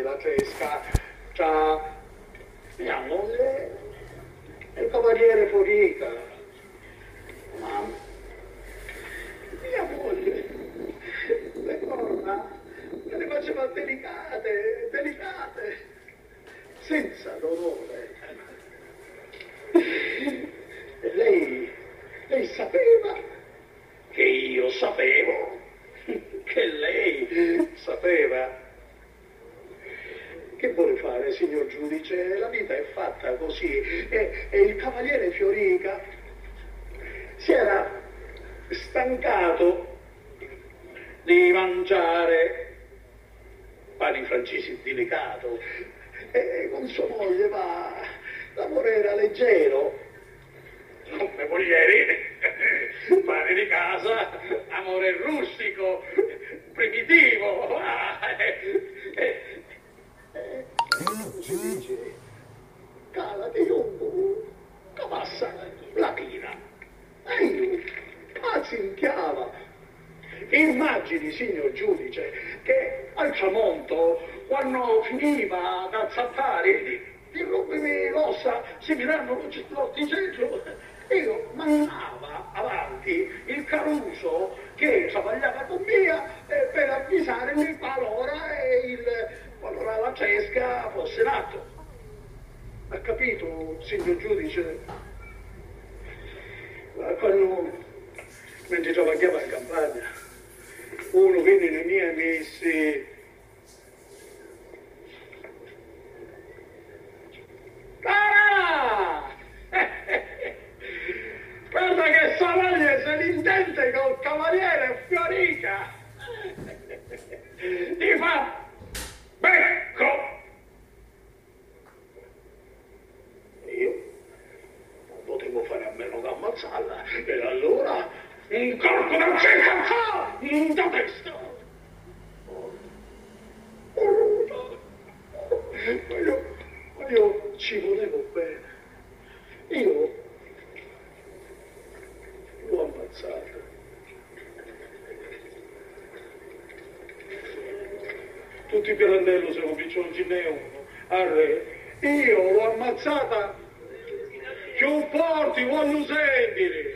della Tresca tra mia moglie e il cavaliere Forica. Ma mia moglie le corna me le faceva delicate, delicate, senza dolore. E lei sapeva che io sapevo che lei sapeva. Che vuole fare, signor giudice? La vita è fatta così. E il cavaliere Fiorica si era stancato di mangiare pani francesi delicato e con sua moglie l'amore era leggero, come moglieri, pane di casa, amore rustico, primitivo. Si dice, calati un cavassa la pina. E io, azzinchiava. Immagini, signor giudice, che al tramonto, quando finiva da zappare, di rompermi l'ossa, si miravano l'orticello, io mandava avanti il Caruso che travagliava con mia per avvisarmi qualora la Tresca fosse in atto. Ha capito, signor giudice? Quando, mentre travagliava in campagna, uno viene nei miei amici. Ah! Guarda che sua moglie se l'intende col cavaliere Fiorica. Ti fa becco. Io non potevo fare a meno che ammazzarla. E allora un colpo da cerca da destra. Ma io ci volevo bene. Io l'ho ammazzata. Tutti i Pirandello sono piccioni, ne uno. Arre, io l'ho ammazzata. Più forti, voglio sentire.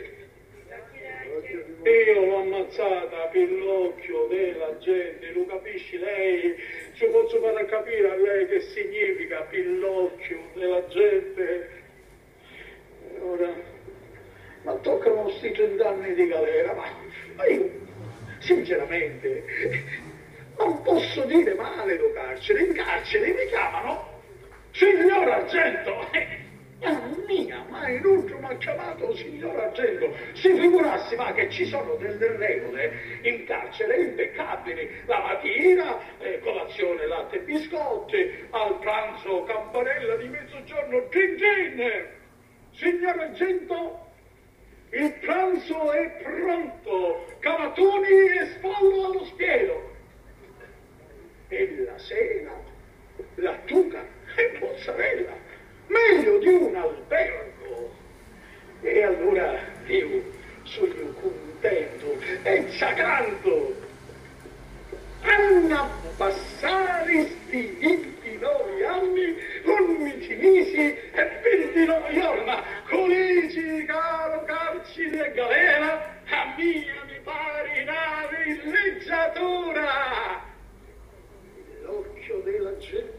Io l'ho ammazzata per l'occhio della gente, lo capisci lei? Ci posso fare capire a lei che significa per l'occhio della gente? E ora, ma toccano sti 30 anni di galera, ma io, sinceramente, non posso dire male do carcere. In carcere mi chiamano signor Argento. Mia, ma in ultimo ha chiamato signor Argento. Si figurassi ma che ci sono delle regole in carcere impeccabili. La mattina colazione latte e biscotti, al pranzo campanella di mezzogiorno gin gin. Signor Argento, il pranzo è pronto, cavatoni e spollo allo spiedo. E la sera, lattuga e mozzarella. Meglio di un albergo. E allora io sono contento e sacranto. Anna passare sti 29 anni, 11 mesi e 29 giorni, colici, caro, carceri e galera, a mia mi pare nave illeggiatura. L'occhio della gente